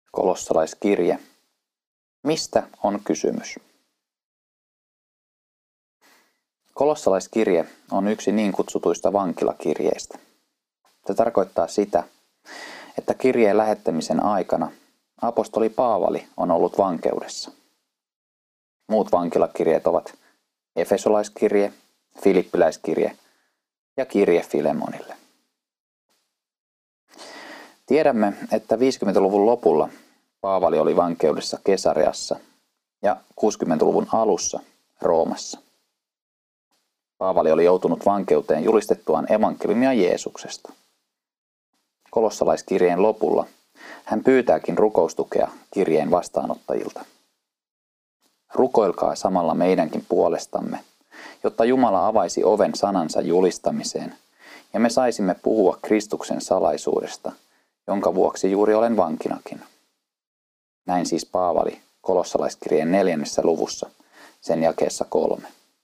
Kolossalaiskirje. Mistä on kysymys? Kolossalaiskirje on yksi niin kutsutuista vankilakirjeistä. Se tarkoittaa sitä, että kirjeen lähettämisen aikana apostoli Paavali on ollut vankeudessa. Muut vankilakirjeet ovat Efesolaiskirje, Filippiläiskirje ja kirje Filemonille. Tiedämme, että 50-luvun lopulla Paavali oli vankeudessa Kesareassa ja 60-luvun alussa Roomassa. Paavali oli joutunut vankeuteen julistettuaan evankeliumia Jeesuksesta. Kolossalaiskirjeen lopulla hän pyytääkin rukoustukea kirjeen vastaanottajilta. Rukoilkaa samalla meidänkin puolestamme, jotta Jumala avaisi oven sanansa julistamiseen ja me saisimme puhua Kristuksen salaisuudesta, jonka vuoksi juuri olen vankinakin. Näin siis Paavali Kolossalaiskirjeen 4. luvussa, sen jakeessa 3.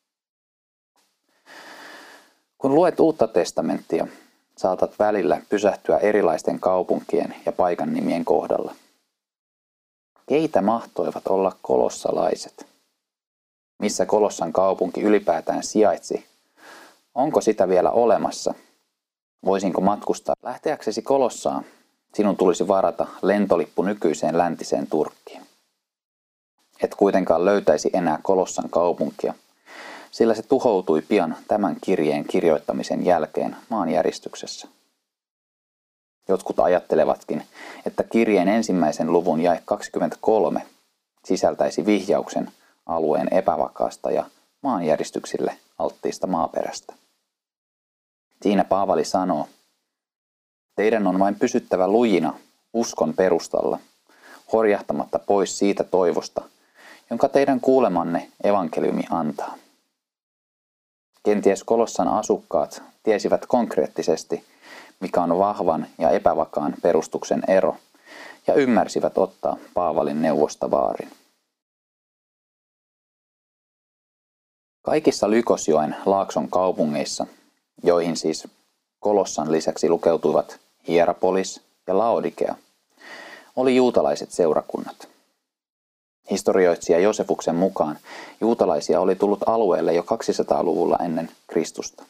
Kun luet Uutta testamenttia, saatat välillä pysähtyä erilaisten kaupunkien ja paikan nimien kohdalla. Keitä mahtoivat olla kolossalaiset? Missä Kolossan kaupunki ylipäätään sijaitsi? Onko sitä vielä olemassa? Voisinko matkustaa? Lähteäksesi Kolossaan sinun tulisi varata lentolippu nykyiseen läntiseen Turkkiin. Et kuitenkaan löytäisi enää Kolossan kaupunkia, sillä se tuhoutui pian tämän kirjeen kirjoittamisen jälkeen maanjäristyksessä. Jotkut ajattelevatkin, että kirjeen 1. luvun jae 23 sisältäisi vihjauksen alueen epävakaasta ja maanjäristyksille alttiista maaperästä. Siinä Paavali sanoo, teidän on vain pysyttävä lujina uskon perustalla, horjahtamatta pois siitä toivosta, jonka teidän kuulemanne evankeliumi antaa. Kenties Kolossan asukkaat tiesivät konkreettisesti, mikä on vahvan ja epävakaan perustuksen ero, ja ymmärsivät ottaa Paavalin neuvosta vaarin. Kaikissa Lykosjoen laakson kaupungeissa, joihin siis Kolossan lisäksi lukeutuivat Hierapolis ja Laodikea, oli juutalaiset seurakunnat. Historioitsija Josefuksen mukaan juutalaisia oli tullut alueelle jo 200-luvulla ennen Kristusta.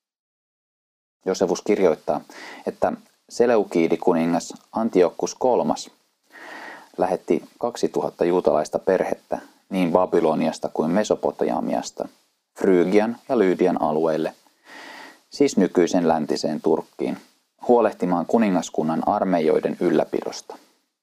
Josefus kirjoittaa, että Seleukiidikuningas Antiochus III lähetti 2000 juutalaista perhettä niin Babyloniasta kuin Mesopotamiasta, Frygian ja Lyydian alueille, siis nykyisen läntiseen Turkkiin, huolehtimaan kuningaskunnan armeijoiden ylläpidosta.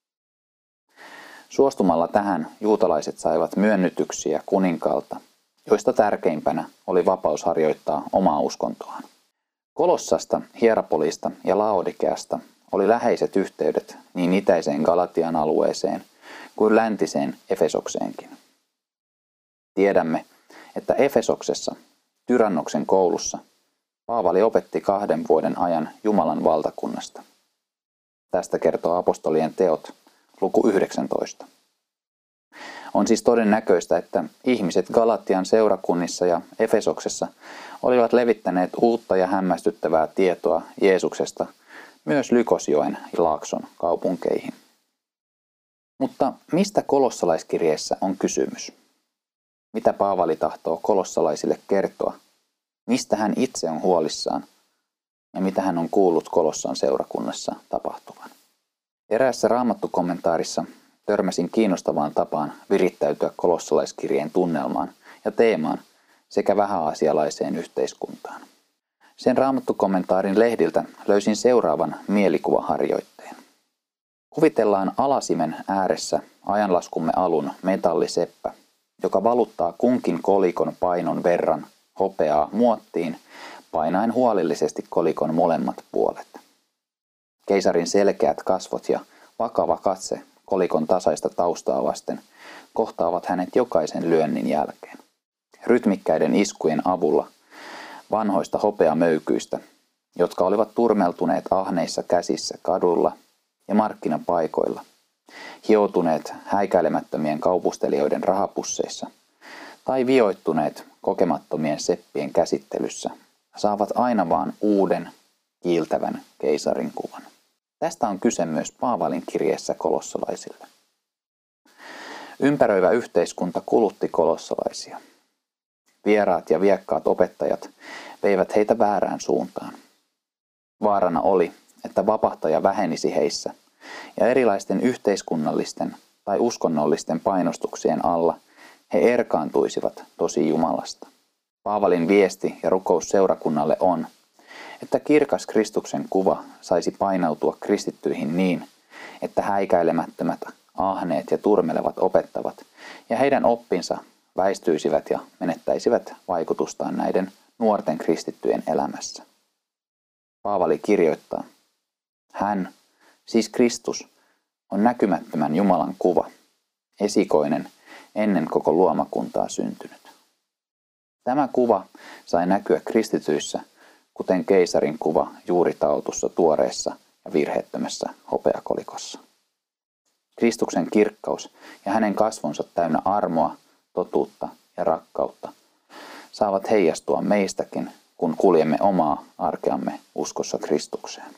Suostumalla tähän juutalaiset saivat myönnytyksiä kuninkaalta, joista tärkeimpänä oli vapaus harjoittaa omaa uskontoaan. Kolossasta, Hierapolista ja Laodikeasta oli läheiset yhteydet niin itäiseen Galatian alueeseen kuin läntiseen Efesokseenkin. Tiedämme, että Efesoksessa, Tyrannoksen koulussa, Paavali opetti 2 vuoden ajan Jumalan valtakunnasta. Tästä kertoo apostolien teot, luku 19. On siis todennäköistä, että ihmiset Galatian seurakunnissa ja Efesoksessa olivat levittäneet uutta ja hämmästyttävää tietoa Jeesuksesta myös Lykosjoen ja Laakson kaupunkeihin. Mutta mistä kolossalaiskirjeessä on kysymys? Mitä Paavali tahtoo kolossalaisille kertoa? Mistä hän itse on huolissaan? Ja mitä hän on kuullut Kolossan seurakunnassa tapahtuvan? Eräässä raamattukommentaarissa törmäsin kiinnostavaan tapaan virittäytyä kolossalaiskirjeen tunnelmaan ja teemaan sekä vähäasialaiseen yhteiskuntaan. Sen raamattukommentaarin lehdiltä löysin seuraavan mielikuvaharjoitteen. Kuvitellaan alasimen ääressä ajanlaskumme alun metalliseppä, joka valuttaa kunkin kolikon painon verran hopeaa muottiin painaen huolellisesti kolikon molemmat puolet. Keisarin selkeät kasvot ja vakava katse kolikon tasaista taustaa vasten kohtaavat hänet jokaisen lyönnin jälkeen. Rytmikkäiden iskujen avulla vanhoista hopeamöykyistä, jotka olivat turmeltuneet ahneissa käsissä kadulla ja markkinapaikoilla, hioutuneet häikäilemättömien kaupustelijoiden rahapusseissa tai vioittuneet kokemattomien seppien käsittelyssä, saavat aina vaan uuden, kiiltävän keisarin kuvan. Tästä on kyse myös Paavalin kirjeessä kolossalaisille. Ympäröivä yhteiskunta kulutti kolossalaisia. Vieraat ja viekkaat opettajat veivät heitä väärään suuntaan. Vaarana oli, että vapahtaja vähenisi heissä ja erilaisten yhteiskunnallisten tai uskonnollisten painostuksien alla he erkaantuisivat tosi Jumalasta. Paavalin viesti ja rukous seurakunnalle on, että kirkas Kristuksen kuva saisi painautua kristittyihin niin, että häikäilemättömät, ahneet ja turmelevat opettavat ja heidän oppinsa väistyisivät ja menettäisivät vaikutustaan näiden nuorten kristittyjen elämässä. Paavali kirjoittaa, hän, siis Kristus, on näkymättömän Jumalan kuva, esikoinen ennen koko luomakuntaa syntynyt. Tämä kuva sai näkyä kristityissä, kuten keisarin kuva juuri taotussa tuoreessa ja virheettömässä hopeakolikossa. Kristuksen kirkkaus ja hänen kasvonsa täynnä armoa, totuutta ja rakkautta saavat heijastua meistäkin, kun kuljemme omaa arkeamme uskossa Kristukseen.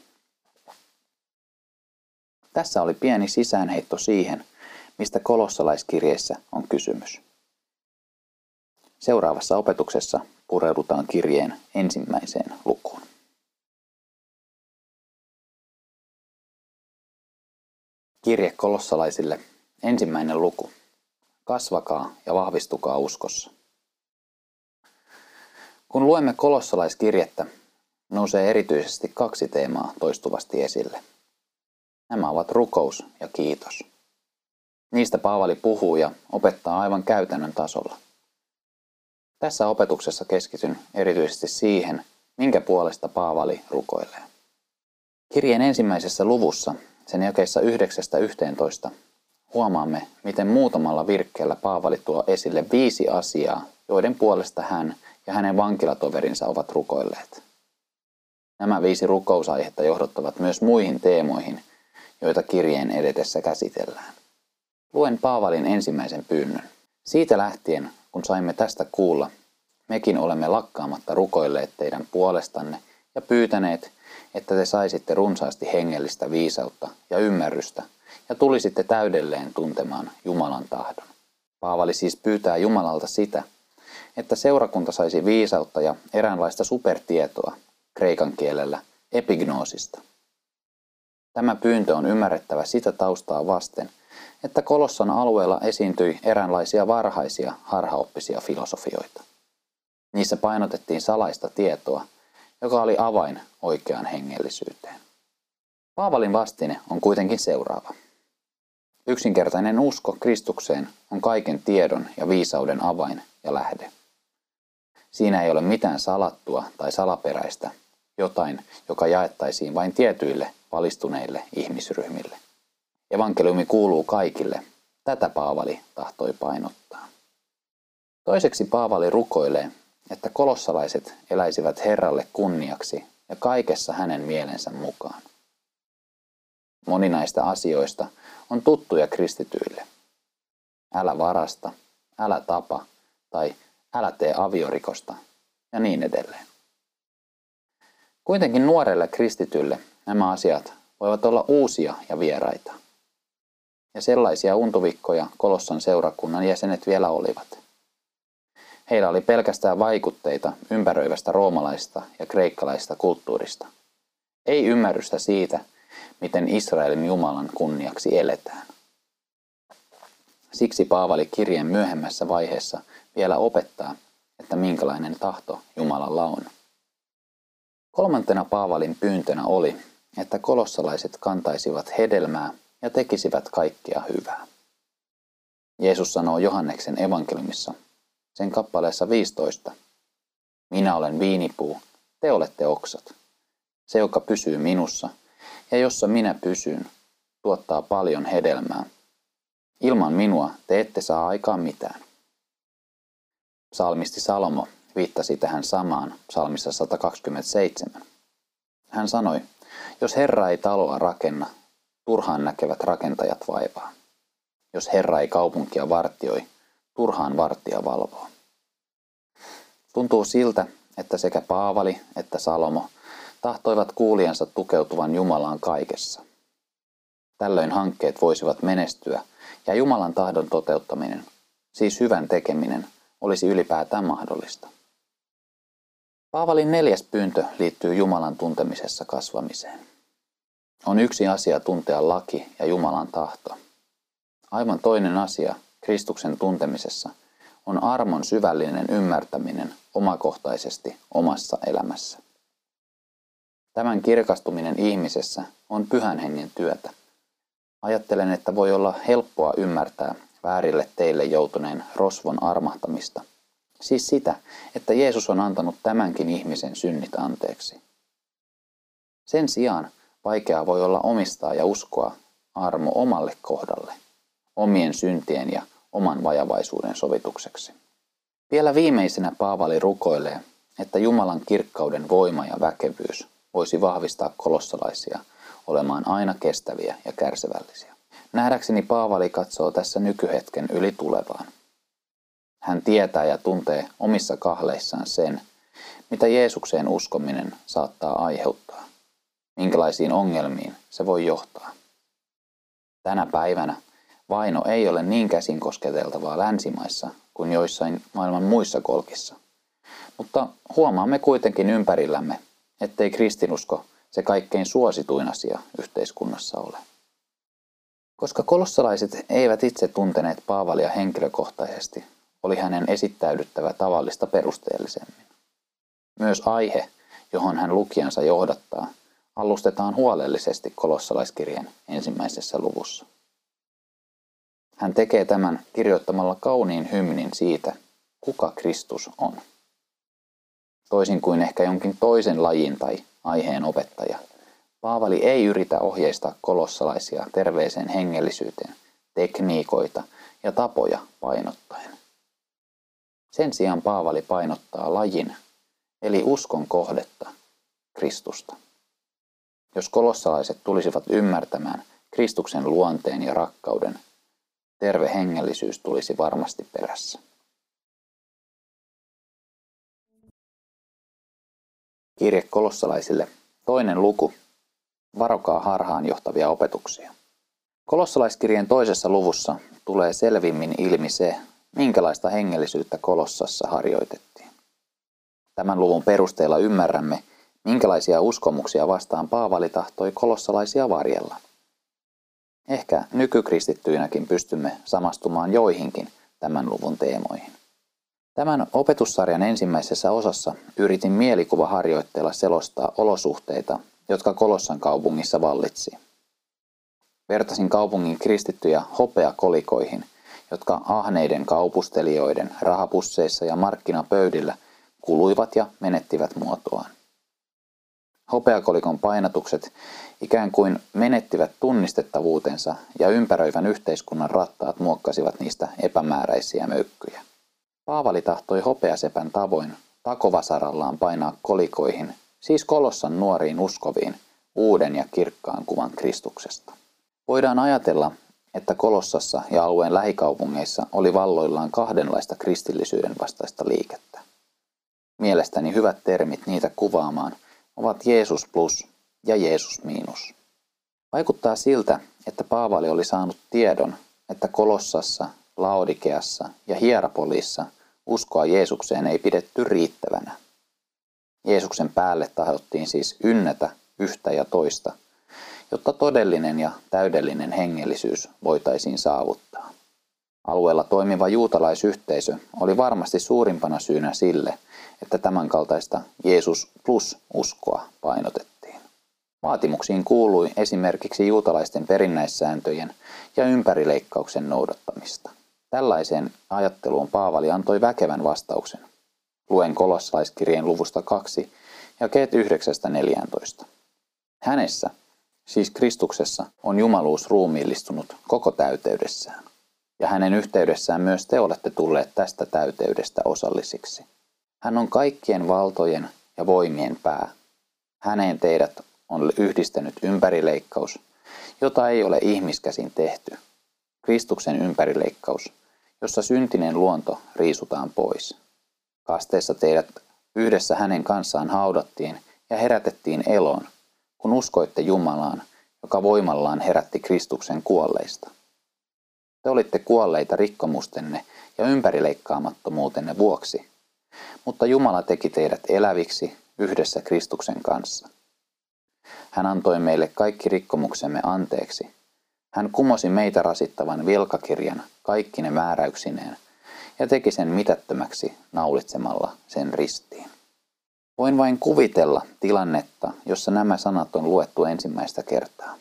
Tässä oli pieni sisäänheitto siihen, mistä kolossalaiskirjeessä on kysymys. Seuraavassa opetuksessa pureudutaan kirjeen ensimmäiseen lukuun. Kirje kolossalaisille, ensimmäinen luku. Kasvakaa ja vahvistukaa uskossa. Kun luemme kolossalaiskirjettä, nousee erityisesti kaksi teemaa toistuvasti esille. Nämä ovat rukous ja kiitos. Niistä Paavali puhuu ja opettaa aivan käytännön tasolla. Tässä opetuksessa keskityn erityisesti siihen, minkä puolesta Paavali rukoilee. Kirjeen ensimmäisessä luvussa, sen jakeissa 9–11, huomaamme, miten muutamalla virkkeellä Paavali tuo esille 5 asiaa, joiden puolesta hän ja hänen vankilatoverinsa ovat rukoilleet. Nämä 5 rukousaihetta johdottavat myös muihin teemoihin, joita kirjeen edetessä käsitellään. Luen Paavalin ensimmäisen pyynnön. Siitä lähtien, kun saimme tästä kuulla, mekin olemme lakkaamatta rukoilleet teidän puolestanne ja pyytäneet, että te saisitte runsaasti hengellistä viisautta ja ymmärrystä ja tulisitte täydelleen tuntemaan Jumalan tahdon. Paavali siis pyytää Jumalalta sitä, että seurakunta saisi viisautta ja eräänlaista supertietoa, kreikan kielellä epignoosista. Tämä pyyntö on ymmärrettävä sitä taustaa vasten, että Kolossan alueella esiintyi eräänlaisia varhaisia harhaoppisia filosofioita. Niissä painotettiin salaista tietoa, joka oli avain oikeaan hengellisyyteen. Paavalin vastine on kuitenkin seuraava. Yksinkertainen usko Kristukseen on kaiken tiedon ja viisauden avain ja lähde. Siinä ei ole mitään salattua tai salaperäistä, jotain, joka jaettaisiin vain tietyille valistuneille ihmisryhmille. Evankeliumi kuuluu kaikille. Tätä Paavali tahtoi painottaa. Toiseksi Paavali rukoilee, että kolossalaiset eläisivät Herralle kunniaksi ja kaikessa hänen mielensä mukaan. Moni näistä asioista on tuttuja kristityille. Älä varasta, älä tapa tai älä tee aviorikosta ja niin edelleen. Kuitenkin nuorelle kristitylle nämä asiat voivat olla uusia ja vieraita. Ja sellaisia untuvikkoja Kolossan seurakunnan jäsenet vielä olivat. Heillä oli pelkästään vaikutteita ympäröivästä roomalaisesta ja kreikkalaisesta kulttuurista. Ei ymmärrystä siitä, miten Israelin Jumalan kunniaksi eletään. Siksi Paavali kirjeen myöhemmässä vaiheessa vielä opettaa, että minkälainen tahto Jumalalla on. Kolmantena Paavalin pyyntönä oli, että kolossalaiset kantaisivat hedelmää ja tekisivät kaikkia hyvää. Jeesus sanoo Johanneksen evankeliumissa, sen kappaleessa 15, minä olen viinipuu, te olette oksat. Se, joka pysyy minussa ja jossa minä pysyn, tuottaa paljon hedelmää. Ilman minua te ette saa aikaan mitään. Psalmisti Salomo viittasi tähän samaan psalmissa 127. Hän sanoi, jos Herra ei taloa rakenna, turhaan näkevät rakentajat vaivaa. Jos Herra ei kaupunkia vartioi, turhaan vartija valvoo. Tuntuu siltä, että sekä Paavali että Salomo tahtoivat kuulijansa tukeutuvan Jumalaan kaikessa. Tällöin hankkeet voisivat menestyä ja Jumalan tahdon toteuttaminen, siis hyvän tekeminen, olisi ylipäätään mahdollista. Paavalin 4. pyyntö liittyy Jumalan tuntemisessa kasvamiseen. On yksi asia tuntea laki ja Jumalan tahto. Aivan toinen asia Kristuksen tuntemisessa on armon syvällinen ymmärtäminen omakohtaisesti omassa elämässä. Tämän kirkastuminen ihmisessä on Pyhän Hengen työtä. Ajattelen, että voi olla helppoa ymmärtää väärille teille joutuneen rosvon armahtamista. Siis sitä, että Jeesus on antanut tämänkin ihmisen synnit anteeksi. Sen sijaan vaikeaa voi olla omistaa ja uskoa armo omalle kohdalle, omien syntien ja oman vajavaisuuden sovitukseksi. Vielä viimeisenä Paavali rukoilee, että Jumalan kirkkauden voima ja väkevyys voisi vahvistaa kolossalaisia olemaan aina kestäviä ja kärsivällisiä. Nähdäkseni Paavali katsoo tässä nykyhetken yli tulevaan. Hän tietää ja tuntee omissa kahleissaan sen, mitä Jeesukseen uskominen saattaa aiheuttaa, minkälaisiin ongelmiin se voi johtaa. Tänä päivänä vaino ei ole niin käsin kosketeltavaa länsimaissa kuin joissain maailman muissa kolkissa, mutta huomaamme kuitenkin ympärillämme, ettei kristinusko se kaikkein suosituin asia yhteiskunnassa ole. Koska kolossalaiset eivät itse tunteneet Paavalia henkilökohtaisesti, oli hänen esittäydyttävä tavallista perusteellisemmin. Myös aihe, johon hän lukijansa johdattaa, alustetaan huolellisesti kolossalaiskirjeen 1. luvussa. Hän tekee tämän kirjoittamalla kauniin hymnin siitä, kuka Kristus on. Toisin kuin ehkä jonkin toisen lajin tai aiheen opettaja, Paavali ei yritä ohjeistaa kolossalaisia terveeseen hengellisyyteen, tekniikoita ja tapoja painottaen. Sen sijaan Paavali painottaa lajin, eli uskon kohdetta, Kristusta. Jos kolossalaiset tulisivat ymmärtämään Kristuksen luonteen ja rakkauden, terve hengellisyys tulisi varmasti perässä. Kirje kolossalaisille, 2. luku. Varokaa harhaan johtavia opetuksia. Kolossalaiskirjeen 2. luvussa tulee selvimmin ilmi se, minkälaista hengellisyyttä Kolossassa harjoitettiin. Tämän luvun perusteella ymmärrämme, minkälaisia uskomuksia vastaan Paavali tahtoi kolossalaisia varjella. Ehkä nykykristittyinäkin pystymme samastumaan joihinkin tämän luvun teemoihin. Tämän opetussarjan ensimmäisessä osassa yritin mielikuvaharjoitteella selostaa olosuhteita, jotka Kolossan kaupungissa vallitsi. Vertasin kaupungin kristittyjä hopeakolikoihin, jotka ahneiden kaupustelijoiden rahapusseissa ja markkinapöydillä kuluivat ja menettivät muotoaan. Hopeakolikon painatukset ikään kuin menettivät tunnistettavuutensa ja ympäröivän yhteiskunnan rattaat muokkasivat niistä epämääräisiä möykkyjä. Paavali tahtoi hopeasepän tavoin takovasarallaan painaa kolikoihin, siis Kolossan nuoriin uskoviin, uuden ja kirkkaan kuvan Kristuksesta. Voidaan ajatella, että Kolossassa ja alueen lähikaupungeissa oli valloillaan kahdenlaista kristillisyyden vastaista liikettä. Mielestäni hyvät termit niitä kuvaamaan ovat Jeesus plus ja Jeesus miinus. Vaikuttaa siltä, että Paavali oli saanut tiedon, että Kolossassa, Laodikeassa ja Hierapolissa uskoa Jeesukseen ei pidetty riittävänä. Jeesuksen päälle tahdottiin siis ynnätä yhtä ja toista, jotta todellinen ja täydellinen hengellisyys voitaisiin saavuttaa. Alueella toimiva juutalaisyhteisö oli varmasti suurimpana syynä sille, että tämänkaltaista Jeesus plus uskoa painotettiin. Vaatimuksiin kuului esimerkiksi juutalaisten perinnäissääntöjen ja ympärileikkauksen noudattamista. Tällaiseen ajatteluun Paavali antoi väkevän vastauksen. Luen kolossalaiskirjeen luvusta 2, jakeet 9-14. Hänessä, siis Kristuksessa, on jumaluus ruumiillistunut koko täyteydessään. Ja hänen yhteydessään myös te olette tulleet tästä täyteydestä osallisiksi. Hän on kaikkien valtojen ja voimien pää. Häneen teidät on yhdistänyt ympärileikkaus, jota ei ole ihmiskäsin tehty. Kristuksen ympärileikkaus, jossa syntinen luonto riisutaan pois. Kasteessa teidät yhdessä hänen kanssaan haudattiin ja herätettiin eloon, kun uskoitte Jumalaan, joka voimallaan herätti Kristuksen kuolleista. Te olitte kuolleita rikkomustenne ja ympärileikkaamattomuutenne vuoksi, mutta Jumala teki teidät eläviksi yhdessä Kristuksen kanssa. Hän antoi meille kaikki rikkomuksemme anteeksi. Hän kumosi meitä rasittavan velkakirjan kaikkine määräyksineen ja teki sen mitättömäksi naulitsemalla sen ristiin. Voin vain kuvitella tilannetta, jossa nämä sanat on luettu ensimmäistä kertaa.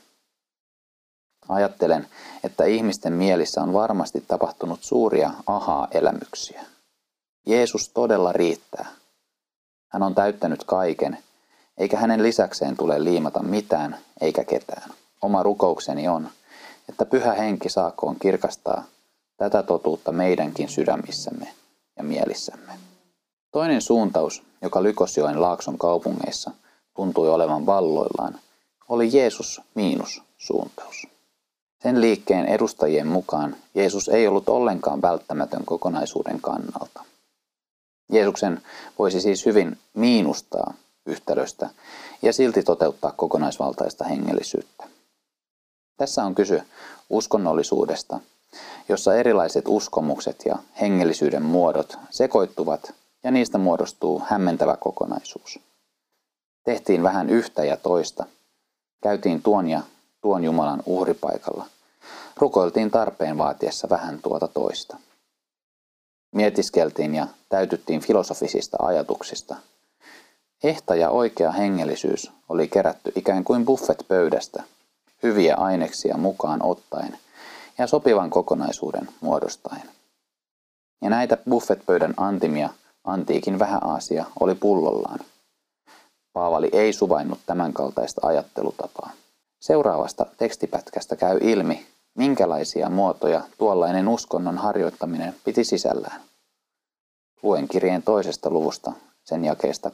Ajattelen, että ihmisten mielissä on varmasti tapahtunut suuria ahaa-elämyksiä. Jeesus todella riittää. Hän on täyttänyt kaiken, eikä hänen lisäkseen tule liimata mitään eikä ketään. Oma rukoukseni on, että Pyhä Henki saakoon kirkastaa tätä totuutta meidänkin sydämissämme ja mielissämme. Toinen suuntaus, joka Lykosjoen Laakson kaupungeissa tuntui olevan valloillaan, oli Jeesus miinus suuntaus. Sen liikkeen edustajien mukaan Jeesus ei ollut ollenkaan välttämätön kokonaisuuden kannalta. Jeesuksen voisi siis hyvin miinustaa yhtälöstä ja silti toteuttaa kokonaisvaltaista hengellisyyttä. Tässä on kyse uskonnollisuudesta, jossa erilaiset uskomukset ja hengellisyyden muodot sekoittuvat ja niistä muodostuu hämmentävä kokonaisuus. Tehtiin vähän yhtä ja toista. Käytiin tuon ja tuon Jumalan uhripaikalla. Rukoiltiin tarpeen vaatiessa vähän tuota toista. Mietiskeltiin ja täytyttiin filosofisista ajatuksista. Ehta ja oikea hengellisyys oli kerätty ikään kuin buffet-pöydästä, hyviä aineksia mukaan ottaen ja sopivan kokonaisuuden muodostaen. Ja näitä buffetpöydän antimia antiikin Vähä-Aasia oli pullollaan. Paavali ei suvainnut tämänkaltaista ajattelutapaa. Seuraavasta tekstipätkästä käy ilmi, minkälaisia muotoja tuollainen uskonnon harjoittaminen piti sisällään. Luen kirjeen 2. luvusta, sen jakeesta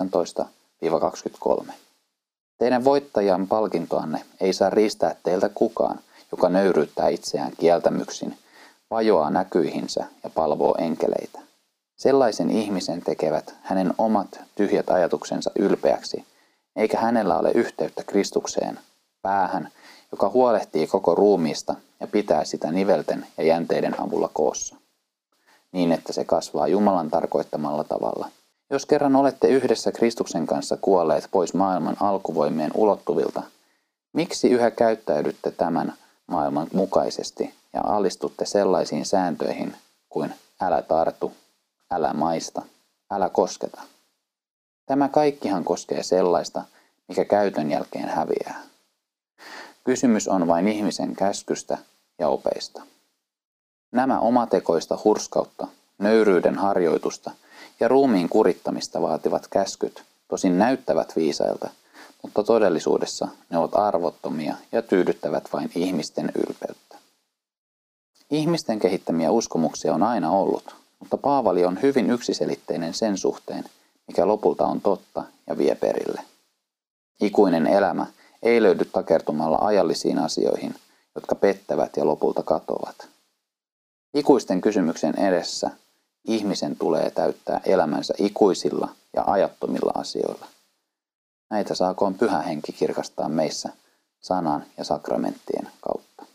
18-23. Teidän voittajan palkintoanne ei saa riistää teiltä kukaan, joka nöyryyttää itseään kieltämyksin, vajoaa näkyihinsä ja palvoo enkeleitä. Sellaisen ihmisen tekevät hänen omat tyhjät ajatuksensa ylpeäksi, eikä hänellä ole yhteyttä Kristukseen, päähän, joka huolehtii koko ruumiista ja pitää sitä nivelten ja jänteiden avulla koossa, niin että se kasvaa Jumalan tarkoittamalla tavalla. Jos kerran olette yhdessä Kristuksen kanssa kuolleet pois maailman alkuvoimien ulottuvilta, miksi yhä käyttäydytte tämän maailman mukaisesti ja alistutte sellaisiin sääntöihin kuin älä tartu, älä maista, älä kosketa? Tämä kaikkihan koskee sellaista, mikä käytön jälkeen häviää. Kysymys on vain ihmisen käskystä ja opeista. Nämä omatekoista hurskautta, nöyryyden harjoitusta ja ruumiin kurittamista vaativat käskyt tosin näyttävät viisailta, mutta todellisuudessa ne ovat arvottomia ja tyydyttävät vain ihmisten ylpeyttä. Ihmisten kehittämiä uskomuksia on aina ollut, mutta Paavali on hyvin yksiselitteinen sen suhteen, mikä lopulta on totta ja vie perille. Ikuinen elämä ei löydy takertumalla ajallisiin asioihin, jotka pettävät ja lopulta katoavat. Ikuisten kysymyksen edessä ihmisen tulee täyttää elämänsä ikuisilla ja ajattomilla asioilla. Näitä saakoon Pyhä Henki kirkastaa meissä sanan ja sakramenttien kautta.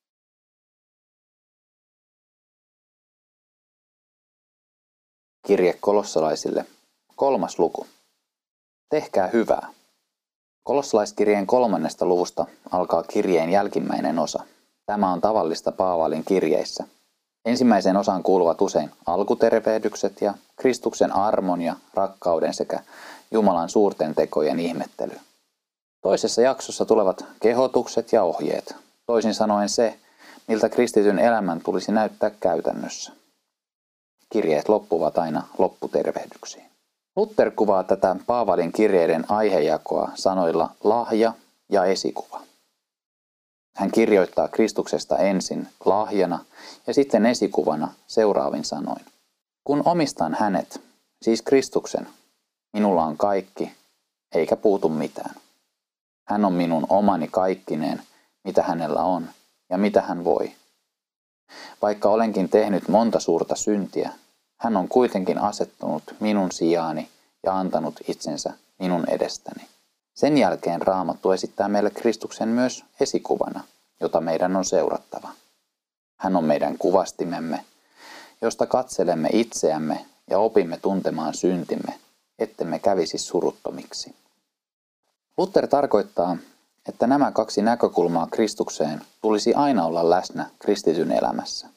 Kirje kolossalaisille, 3. luku. Tehkää hyvää. Kolossalaiskirjeen 3. luvusta alkaa kirjeen jälkimmäinen osa. Tämä on tavallista Paavalin kirjeissä. Ensimmäiseen osaan kuuluvat usein alkutervehdykset ja Kristuksen armon ja rakkauden sekä Jumalan suurten tekojen ihmettely. Toisessa jaksossa tulevat kehotukset ja ohjeet, toisin sanoen se, miltä kristityn elämän tulisi näyttää käytännössä. Kirjeet loppuvat aina lopputervehdyksiin. Luther kuvaa tätä Paavalin kirjeiden aihejakoa sanoilla lahja ja esikuva. Hän kirjoittaa Kristuksesta ensin lahjana ja sitten esikuvana seuraavin sanoin. Kun omistan hänet, siis Kristuksen, minulla on kaikki, eikä puutu mitään. Hän on minun omani kaikkineen, mitä hänellä on ja mitä hän voi. Vaikka olenkin tehnyt monta suurta syntiä, hän on kuitenkin asettunut minun sijaani ja antanut itsensä minun edestäni. Sen jälkeen Raamattu esittää meille Kristuksen myös esikuvana, jota meidän on seurattava. Hän on meidän kuvastimemme, josta katselemme itseämme ja opimme tuntemaan syntimme, ettemme kävisi suruttomiksi. Luther tarkoittaa, että nämä kaksi näkökulmaa Kristukseen tulisi aina olla läsnä kristityn elämässä.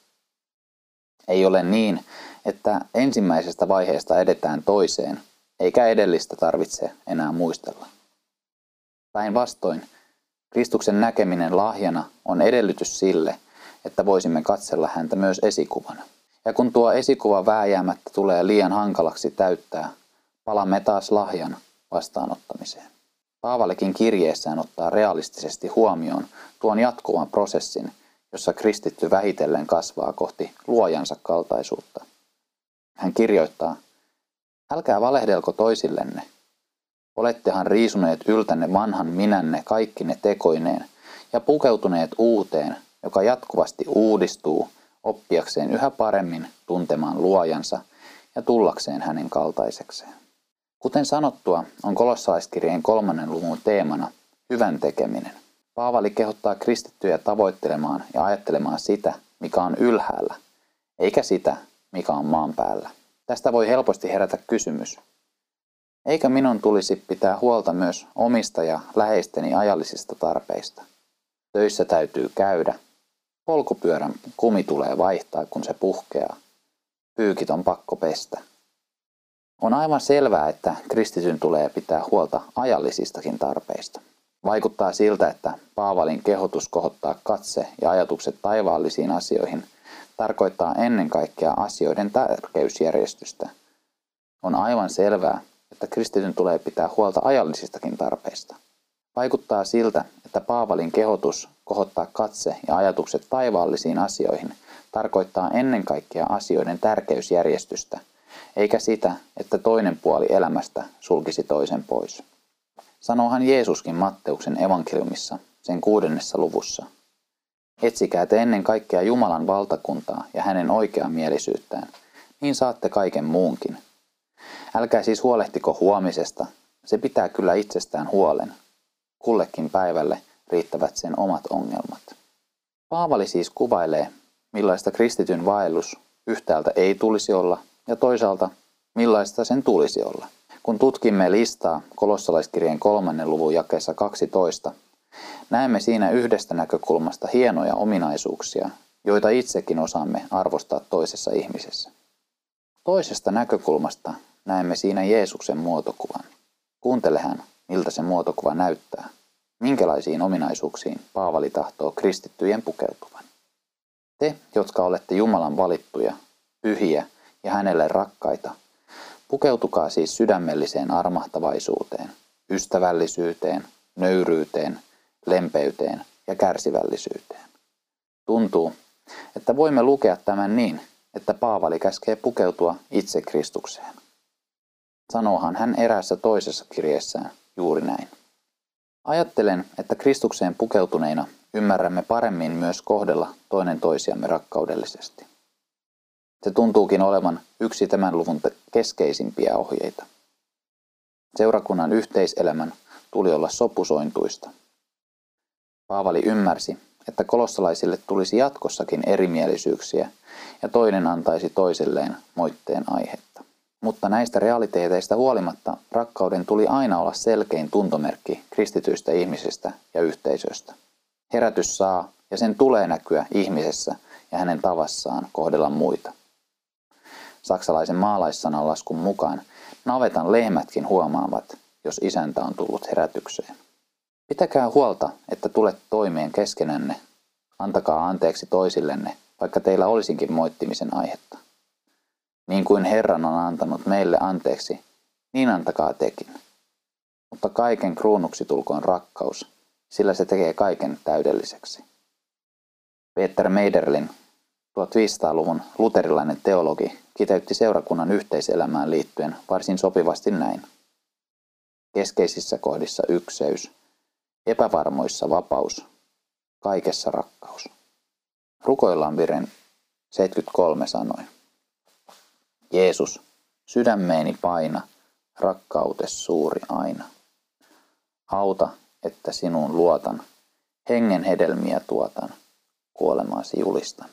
Ei ole niin, että ensimmäisestä vaiheesta edetään toiseen, eikä edellistä tarvitse enää muistella. Päinvastoin, Kristuksen näkeminen lahjana on edellytys sille, että voisimme katsella häntä myös esikuvana. Ja kun tuo esikuva vääjäämättä tulee liian hankalaksi täyttää, palamme taas lahjan vastaanottamiseen. Paavalikin kirjeessään ottaa realistisesti huomioon tuon jatkuvan prosessin, jossa kristitty vähitellen kasvaa kohti luojansa kaltaisuutta. Hän kirjoittaa, älkää valehdelko toisillenne. Olettehan riisuneet yltänne vanhan minänne kaikkine tekoineen ja pukeutuneet uuteen, joka jatkuvasti uudistuu oppiakseen yhä paremmin tuntemaan luojansa ja tullakseen hänen kaltaisekseen. Kuten sanottua, on kolossalaiskirjeen 3. luvun teemana hyvän tekeminen. Paavali kehottaa kristittyjä tavoittelemaan ja ajattelemaan sitä, mikä on ylhäällä, eikä sitä, mikä on maan päällä. Tästä voi helposti herätä kysymys. Eikö minun tulisi pitää huolta myös omista ja läheisteni ajallisista tarpeista? Töissä täytyy käydä. Polkupyörän kumi tulee vaihtaa, kun se puhkeaa. Pyykit on pakko pestä. On aivan selvää, että kristityn tulee pitää huolta ajallisistakin tarpeista. Vaikuttaa siltä, että Paavalin kehotus kohottaa katse ja ajatukset taivaallisiin asioihin tarkoittaa ennen kaikkea asioiden tärkeysjärjestystä. On aivan selvää, että kristityn tulee pitää huolta ajallisistakin tarpeista. Vaikuttaa siltä, että Paavalin kehotus kohottaa katse ja ajatukset taivaallisiin asioihin tarkoittaa ennen kaikkea asioiden tärkeysjärjestystä, eikä sitä, että toinen puoli elämästä sulkisi toisen pois. Sanoohan Jeesuskin Matteuksen evankeliumissa, sen 6. luvussa. Etsikää te ennen kaikkea Jumalan valtakuntaa ja hänen oikeamielisyyttään, niin saatte kaiken muunkin. Älkää siis huolehtiko huomisesta, se pitää kyllä itsestään huolen. Kullekin päivälle riittävät sen omat ongelmat. Paavali siis kuvailee, millaista kristityn vaellus yhtäältä ei tulisi olla ja toisaalta millaista sen tulisi olla. Kun tutkimme listaa kolossalaiskirjeen 3. luvun jakeessa 12, näemme siinä yhdestä näkökulmasta hienoja ominaisuuksia, joita itsekin osaamme arvostaa toisessa ihmisessä. Toisesta näkökulmasta näemme siinä Jeesuksen muotokuvan. Kuuntelehan, miltä se muotokuva näyttää. Minkälaisiin ominaisuuksiin Paavali tahtoo kristittyjen pukeutuvan. Te, jotka olette Jumalan valittuja, pyhiä ja hänelle rakkaita, pukeutukaa siis sydämelliseen armahtavaisuuteen, ystävällisyyteen, nöyryyteen, lempeyteen ja kärsivällisyyteen. Tuntuu, että voimme lukea tämän niin, että Paavali käskee pukeutua itse Kristukseen. Sanoohan hän eräässä toisessa kirjeessään juuri näin. Ajattelen, että Kristukseen pukeutuneina ymmärrämme paremmin myös kohdella toinen toisiamme rakkaudellisesti. Se tuntuukin olevan yksi tämän luvun keskeisimpiä ohjeita. Seurakunnan yhteiselämän tuli olla sopusointuista. Paavali ymmärsi, että kolossalaisille tulisi jatkossakin erimielisyyksiä ja toinen antaisi toisilleen moitteen aihetta. Mutta näistä realiteeteista huolimatta rakkauden tuli aina olla selkein tuntomerkki kristityistä ihmisistä ja yhteisöstä. Herätys saa ja sen tulee näkyä ihmisessä ja hänen tavassaan kohdella muita. Saksalaisen maalaissananlaskun mukaan navetan lehmätkin huomaavat, jos isäntä on tullut herätykseen. Pitäkää huolta, että tulette toimeen keskenänne. Antakaa anteeksi toisillenne, vaikka teillä olisinkin moittimisen aihetta. Niin kuin Herran on antanut meille anteeksi, niin antakaa tekin. Mutta kaiken kruunuksi tulkoon rakkaus, sillä se tekee kaiken täydelliseksi. Peter Meiderlin, 1500-luvun luterilainen teologi, kiteytti seurakunnan yhteiselämään liittyen varsin sopivasti näin. Keskeisissä kohdissa ykseys, epävarmoissa vapaus, kaikessa rakkaus. Rukoillaan virren 73 sanoin. Jeesus, sydämeeni paina, rakkautes suuri aina. Auta, että sinuun luotan, hengen hedelmiä tuotan, kuolemaasi julistan.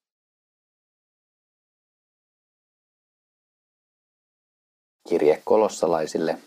Kirje kolossalaisille,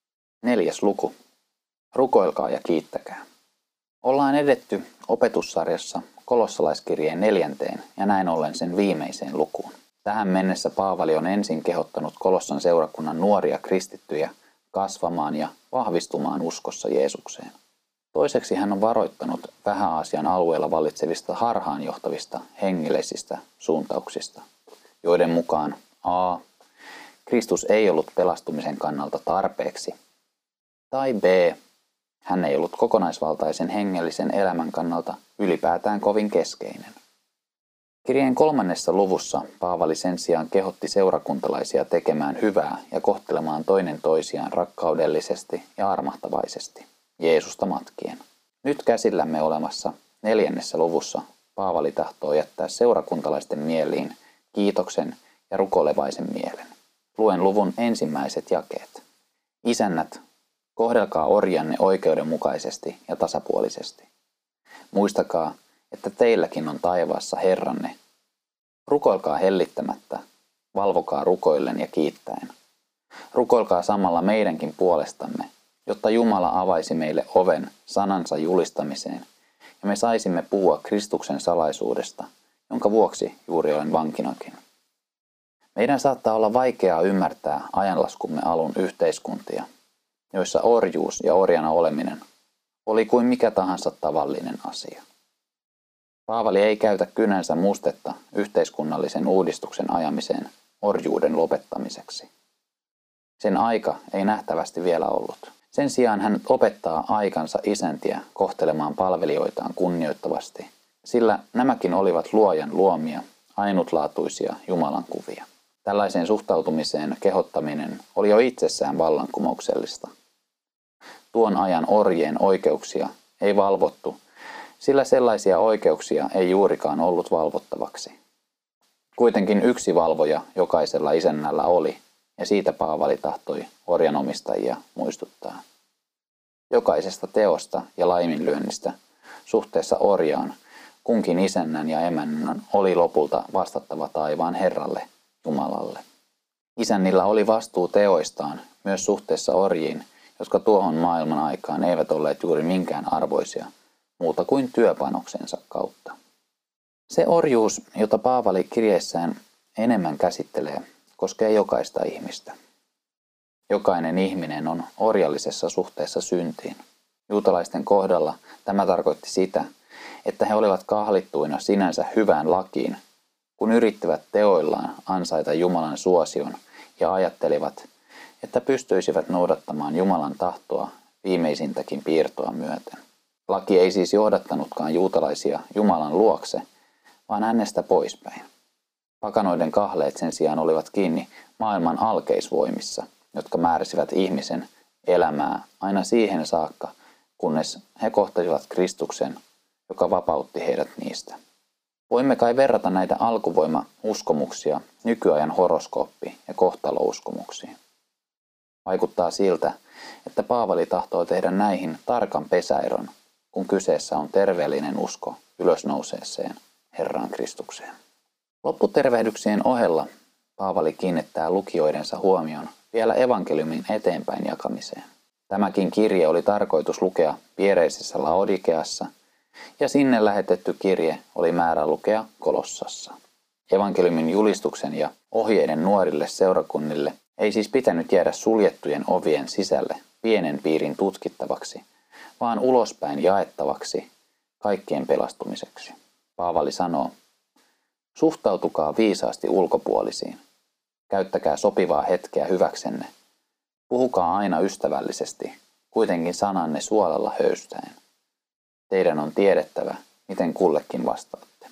4. luku. Rukoilkaa ja kiittäkää. Ollaan edetty opetussarjassa kolossalaiskirjeen 4. ja näin ollen sen viimeiseen lukuun. Tähän mennessä Paavali on ensin kehottanut Kolossan seurakunnan nuoria kristittyjä kasvamaan ja vahvistumaan uskossa Jeesukseen. Toiseksi hän on varoittanut Vähä-Aasian alueella vallitsevista harhaanjohtavista hengellisistä suuntauksista, joiden mukaan a. Kristus ei ollut pelastumisen kannalta tarpeeksi, tai b. Hän ei ollut kokonaisvaltaisen hengellisen elämän kannalta ylipäätään kovin keskeinen. Kirjeen 3. luvussa Paavali sen sijaan kehotti seurakuntalaisia tekemään hyvää ja kohtelemaan toinen toisiaan rakkaudellisesti ja armahtavaisesti, Jeesusta matkien. Nyt käsillämme olemassa 4. luvussa Paavali tahtoo jättää seurakuntalaisten mieliin kiitoksen ja rukoilevaisen mielen. Luen luvun ensimmäiset jakeet. Isännät, kohdelkaa orjanne oikeudenmukaisesti ja tasapuolisesti. Muistakaa, että teilläkin on taivaassa Herranne. Rukoilkaa hellittämättä, valvokaa rukoillen ja kiittäen. Rukoilkaa samalla meidänkin puolestamme, jotta Jumala avaisi meille oven sanansa julistamiseen, ja me saisimme puhua Kristuksen salaisuudesta, jonka vuoksi juuri olen vankinakin. Meidän saattaa olla vaikeaa ymmärtää ajanlaskumme alun yhteiskuntia, joissa orjuus ja orjana oleminen oli kuin mikä tahansa tavallinen asia. Paavali ei käytä kynänsä mustetta yhteiskunnallisen uudistuksen ajamiseen orjuuden lopettamiseksi. Sen aika ei nähtävästi vielä ollut. Sen sijaan hän opettaa aikansa isäntiä kohtelemaan palvelijoitaan kunnioittavasti, sillä nämäkin olivat luojan luomia, ainutlaatuisia Jumalan kuvia. Tällaiseen suhtautumiseen kehottaminen oli jo itsessään vallankumouksellista. Tuon ajan orjien oikeuksia ei valvottu, sillä sellaisia oikeuksia ei juurikaan ollut valvottavaksi. Kuitenkin yksi valvoja jokaisella isännällä oli, ja siitä Paavali tahtoi orjanomistajia muistuttaa. Jokaisesta teosta ja laiminlyönnistä suhteessa orjaan kunkin isännän ja emännän oli lopulta vastattava taivaan Herralle, Jumalalle. Isännillä oli vastuu teoistaan myös suhteessa orjiin, jotka tuohon maailman aikaan eivät olleet juuri minkään arvoisia, muuta kuin työpanoksensa kautta. Se orjuus, jota Paavali kirjeessään enemmän käsittelee, koskee jokaista ihmistä. Jokainen ihminen on orjallisessa suhteessa syntiin. Juutalaisten kohdalla tämä tarkoitti sitä, että he olivat kahlittuina sinänsä hyvään lakiin, kun yrittivät teoillaan ansaita Jumalan suosion ja ajattelivat, että pystyisivät noudattamaan Jumalan tahtoa viimeisintäkin piirtoa myöten. Laki ei siis johdattanutkaan juutalaisia Jumalan luokse, vaan hänestä poispäin. Pakanoiden kahleet sen sijaan olivat kiinni maailman alkeisvoimissa, jotka määräsivät ihmisen elämää aina siihen saakka, kunnes he kohtasivat Kristuksen, joka vapautti heidät niistä. Voimme kai verrata näitä alkuvoima-uskomuksia nykyajan horoskooppi- ja kohtalouskomuksiin. Vaikuttaa siltä, että Paavali tahtoo tehdä näihin tarkan pesäeron, kun kyseessä on terveellinen usko ylösnouseeseen Herraan Kristukseen. Lopputervehdyksien ohella Paavali kiinnittää lukijoidensa huomion vielä evankeliumin eteenpäin jakamiseen. Tämäkin kirje oli tarkoitus lukea viereisessä Laodikeassa, ja sinne lähetetty kirje oli määrä lukea Kolossassa. Evankeliumin julistuksen ja ohjeiden nuorille seurakunnille ei siis pitänyt jäädä suljettujen ovien sisälle pienen piirin tutkittavaksi, vaan ulospäin jaettavaksi kaikkien pelastumiseksi. Paavali sanoo, suhtautukaa viisaasti ulkopuolisiin, käyttäkää sopivaa hetkeä hyväksenne, puhukaa aina ystävällisesti, kuitenkin sananne suolella höystäen. Teidän on tiedettävä, miten kullekin vastaatte.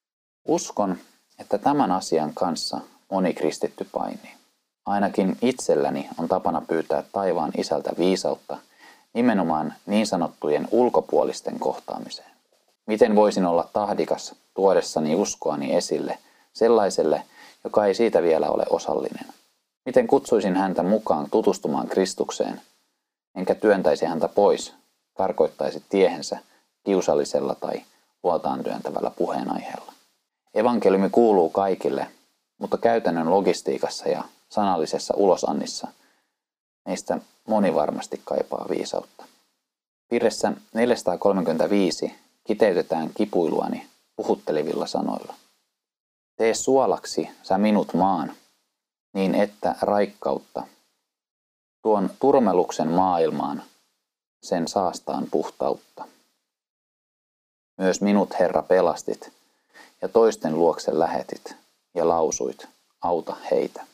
Uskon, että tämän asian kanssa moni kristitty painii. Ainakin itselläni on tapana pyytää taivaan isältä viisautta nimenomaan niin sanottujen ulkopuolisten kohtaamiseen. Miten voisin olla tahdikas tuodessani uskoani esille sellaiselle, joka ei siitä vielä ole osallinen? Miten kutsuisin häntä mukaan tutustumaan Kristukseen, enkä työntäisi häntä pois, karkoittaisi tiehensä kiusallisella tai luotaan työntävällä puheenaiheella. Evankeliumi kuuluu kaikille, mutta käytännön logistiikassa ja sanallisessa ulosannissa meistä moni varmasti kaipaa viisautta. Virressä 435 kiteytetään kipuiluani puhuttelevilla sanoilla. Tee suolaksi sä minut maan, niin että raikkautta tuon turmeluksen maailmaan, sen saastaan puhtautta. Myös minut, Herra, pelastit ja toisten luokse lähetit ja lausuit, auta heitä.